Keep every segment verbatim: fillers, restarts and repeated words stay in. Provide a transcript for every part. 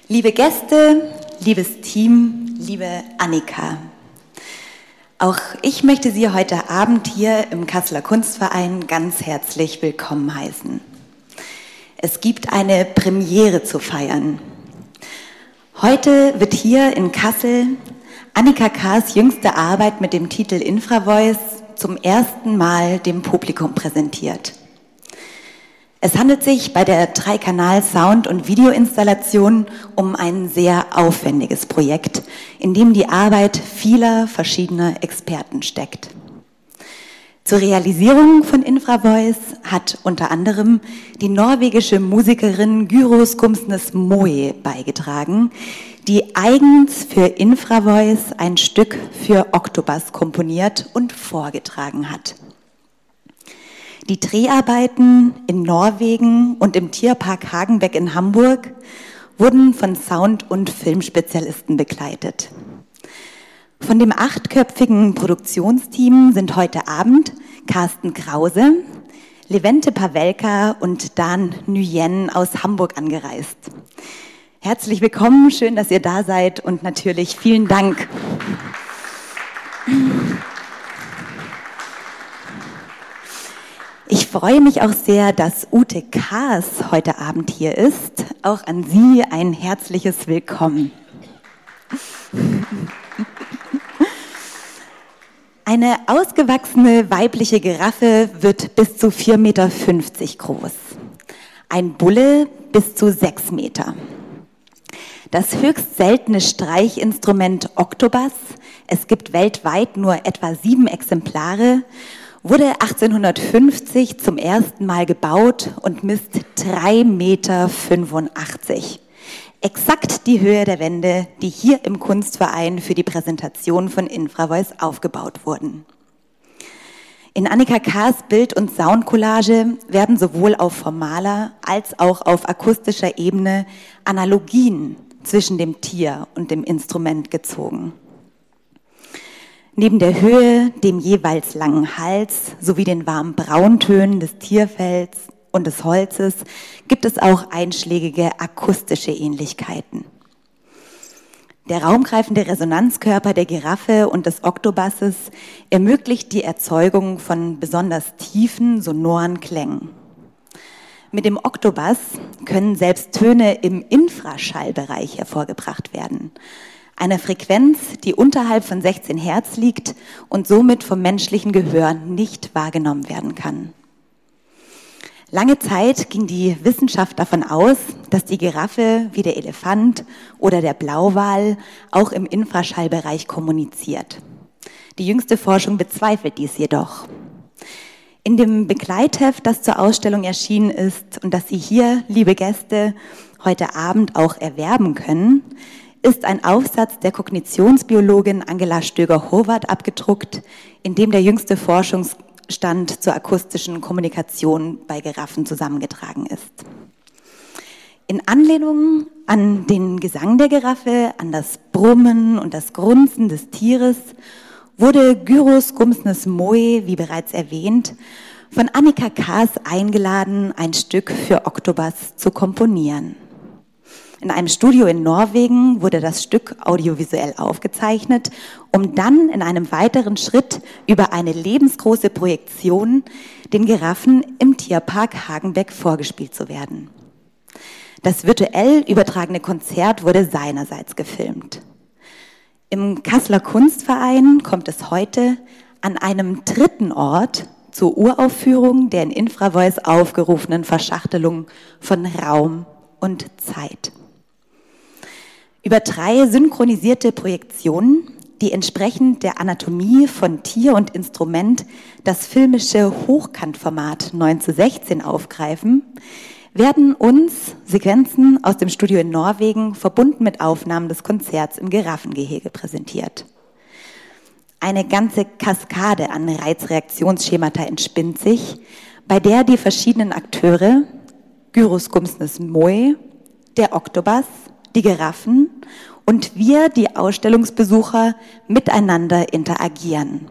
Liebe Gäste, liebes Team, liebe Annika, auch ich möchte Sie heute Abend hier im Kasseler Kunstverein ganz herzlich willkommen heißen. Es gibt eine Premiere zu feiern. Heute wird hier in Kassel Annika K.'s jüngste Arbeit mit dem Titel Infravoice zum ersten Mal dem Publikum präsentiert. Es handelt sich bei der Drei-Kanal-Sound- und Videoinstallation um ein sehr aufwendiges Projekt, in dem die Arbeit vieler verschiedener Experten steckt. Zur Realisierung von Infravoice hat unter anderem die norwegische Musikerin Guro Skumsnes Moe beigetragen, die eigens für Infravoice ein Stück für Octobus komponiert und vorgetragen hat. Die Dreharbeiten in Norwegen und im Tierpark Hagenbeck in Hamburg wurden von Sound- und Filmspezialisten begleitet. Von dem achtköpfigen Produktionsteam sind heute Abend Carsten Krause, Levente Pawelka und Dan Nguyen aus Hamburg angereist. Herzlich willkommen, schön, dass ihr da seid und natürlich vielen Dank. Ich freue mich auch sehr, dass Ute Kaas heute Abend hier ist. Auch an Sie ein herzliches Willkommen. Eine ausgewachsene weibliche Giraffe wird bis zu vier Meter fünfzig groß. Ein Bulle bis zu sechs Meter. Das höchst seltene Streichinstrument Octobus, es gibt weltweit nur etwa sieben Exemplare, wurde achtzehnhundertfünfzig zum ersten Mal gebaut und misst drei Meter fünfundachtzig. Exakt die Höhe der Wände, die hier im Kunstverein für die Präsentation von Infravoice aufgebaut wurden. In Annika K.'s Bild- und Soundcollage werden sowohl auf formaler als auch auf akustischer Ebene Analogien zwischen dem Tier und dem Instrument gezogen. Neben der Höhe, dem jeweils langen Hals sowie den warmen Brauntönen des Tierfells und des Holzes gibt es auch einschlägige akustische Ähnlichkeiten. Der raumgreifende Resonanzkörper der Giraffe und des Oktobusses ermöglicht die Erzeugung von besonders tiefen, sonoren Klängen. Mit dem Oktobus können selbst Töne im Infraschallbereich hervorgebracht werden. Eine Frequenz, die unterhalb von sechzehn Hertz liegt und somit vom menschlichen Gehör nicht wahrgenommen werden kann. Lange Zeit ging die Wissenschaft davon aus, dass die Giraffe wie der Elefant oder der Blauwal auch im Infraschallbereich kommuniziert. Die jüngste Forschung bezweifelt dies jedoch. In dem Begleitheft, das zur Ausstellung erschienen ist und das Sie hier, liebe Gäste, heute Abend auch erwerben können, ist ein Aufsatz der Kognitionsbiologin Angela Stöger-Horvath abgedruckt, in dem der jüngste Forschungsstand zur akustischen Kommunikation bei Giraffen zusammengetragen ist. In Anlehnung an den Gesang der Giraffe, an das Brummen und das Grunzen des Tieres wurde Guro Skumsnes Moe, wie bereits erwähnt, von Annika K.'s eingeladen, ein Stück für Octobus zu komponieren. In einem Studio in Norwegen wurde das Stück audiovisuell aufgezeichnet, um dann in einem weiteren Schritt über eine lebensgroße Projektion den Giraffen im Tierpark Hagenbeck vorgespielt zu werden. Das virtuell übertragene Konzert wurde seinerseits gefilmt. Im Kasseler Kunstverein kommt es heute an einem dritten Ort zur Uraufführung der in Infravoice aufgerufenen Verschachtelung von Raum und Zeit. Über drei synchronisierte Projektionen, die entsprechend der Anatomie von Tier und Instrument das filmische Hochkantformat neun zu sechzehn aufgreifen, werden uns Sequenzen aus dem Studio in Norwegen verbunden mit Aufnahmen des Konzerts im Giraffengehege präsentiert. Eine ganze Kaskade an Reizreaktionsschemata entspinnt sich, bei der die verschiedenen Akteure, Guro Skumsnes Moe, der Octobus, die Giraffen und wir, die Ausstellungsbesucher, miteinander interagieren.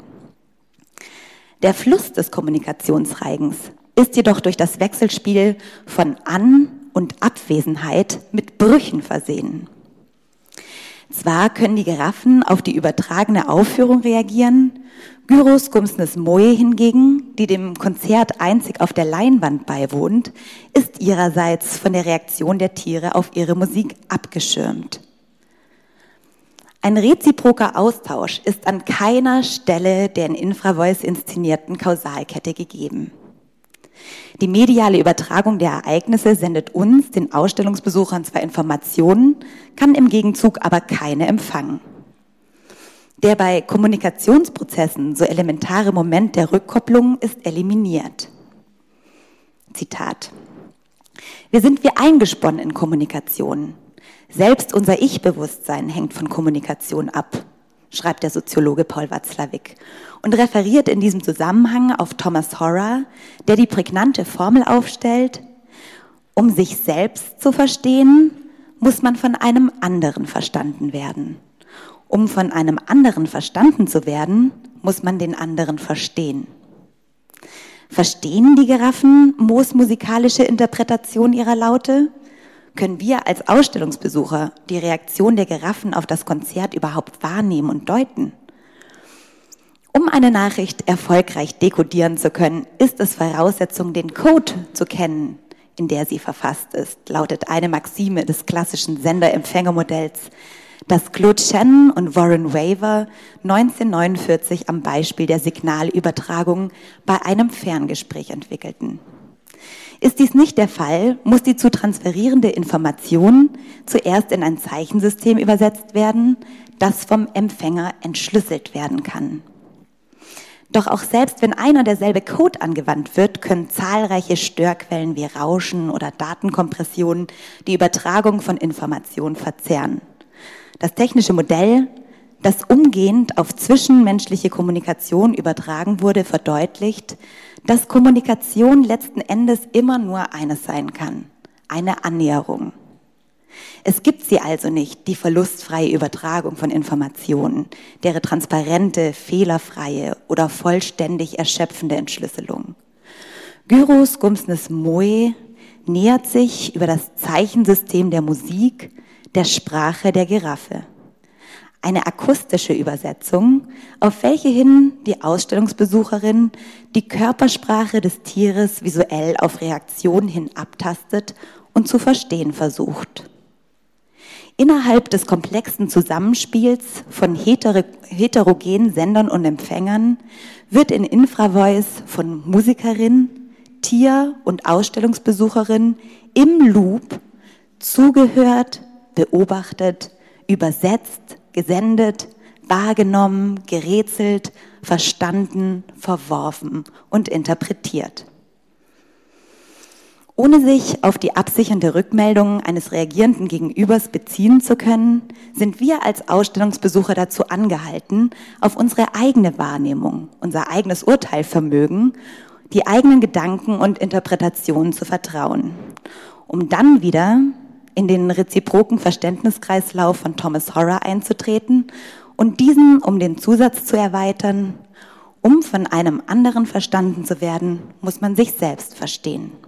Der Fluss des Kommunikationsreigens ist jedoch durch das Wechselspiel von An- und Abwesenheit mit Brüchen versehen. Zwar können die Giraffen auf die übertragene Aufführung reagieren, Gyros Gumsnes Moe hingegen, die dem Konzert einzig auf der Leinwand beiwohnt, ist ihrerseits von der Reaktion der Tiere auf ihre Musik abgeschirmt. Ein reziproker Austausch ist an keiner Stelle der in Infravoice inszenierten Kausalkette gegeben. Die mediale Übertragung der Ereignisse sendet uns, den Ausstellungsbesuchern, zwar Informationen, kann im Gegenzug aber keine empfangen. Der bei Kommunikationsprozessen so elementare Moment der Rückkopplung ist eliminiert. Zitat: Wir sind wie eingesponnen in Kommunikation. Selbst unser Ich-Bewusstsein hängt von Kommunikation ab, schreibt der Soziologe Paul Watzlawick und referiert in diesem Zusammenhang auf Thomas Horrer, der die prägnante Formel aufstellt: Um sich selbst zu verstehen, muss man von einem anderen verstanden werden. Um von einem anderen verstanden zu werden, muss man den anderen verstehen. Verstehen die Giraffen Moos musikalische Interpretation ihrer Laute? Können wir als Ausstellungsbesucher die Reaktion der Giraffen auf das Konzert überhaupt wahrnehmen und deuten? Um eine Nachricht erfolgreich dekodieren zu können, ist es Voraussetzung, den Code zu kennen, in der sie verfasst ist, lautet eine Maxime des klassischen Sender-Empfänger-Modells, das Claude Shannon und Warren Waver neunzehnhundertneunundvierzig am Beispiel der Signalübertragung bei einem Ferngespräch entwickelten. Ist dies nicht der Fall, muss die zu transferierende Information zuerst in ein Zeichensystem übersetzt werden, das vom Empfänger entschlüsselt werden kann. Doch auch selbst wenn ein und derselbe Code angewandt wird, können zahlreiche Störquellen wie Rauschen oder Datenkompressionen die Übertragung von Informationen verzerren. Das technische Modell, das umgehend auf zwischenmenschliche Kommunikation übertragen wurde, verdeutlicht, dass Kommunikation letzten Endes immer nur eines sein kann: eine Annäherung. Es gibt sie also nicht, die verlustfreie Übertragung von Informationen, deren transparente, fehlerfreie oder vollständig erschöpfende Entschlüsselung. Gyros Gumsnes Moe nähert sich über das Zeichensystem der Musik der Sprache der Giraffe. Eine akustische Übersetzung, auf welche hin die Ausstellungsbesucherin die Körpersprache des Tieres visuell auf Reaktionen hin abtastet und zu verstehen versucht. Innerhalb des komplexen Zusammenspiels von heter- heterogenen Sendern und Empfängern wird in Infravoice von Musikerin, Tier- und Ausstellungsbesucherin im Loop zugehört, beobachtet, übersetzt, gesendet, wahrgenommen, gerätselt, verstanden, verworfen und interpretiert. Ohne sich auf die absichernde Rückmeldung eines reagierenden Gegenübers beziehen zu können, sind wir als Ausstellungsbesucher dazu angehalten, auf unsere eigene Wahrnehmung, unser eigenes Urteilvermögen, die eigenen Gedanken und Interpretationen zu vertrauen, um dann wieder in den reziproken Verständniskreislauf von Thomas Horrer einzutreten und diesen um den Zusatz zu erweitern: Um von einem anderen verstanden zu werden, muss man sich selbst verstehen.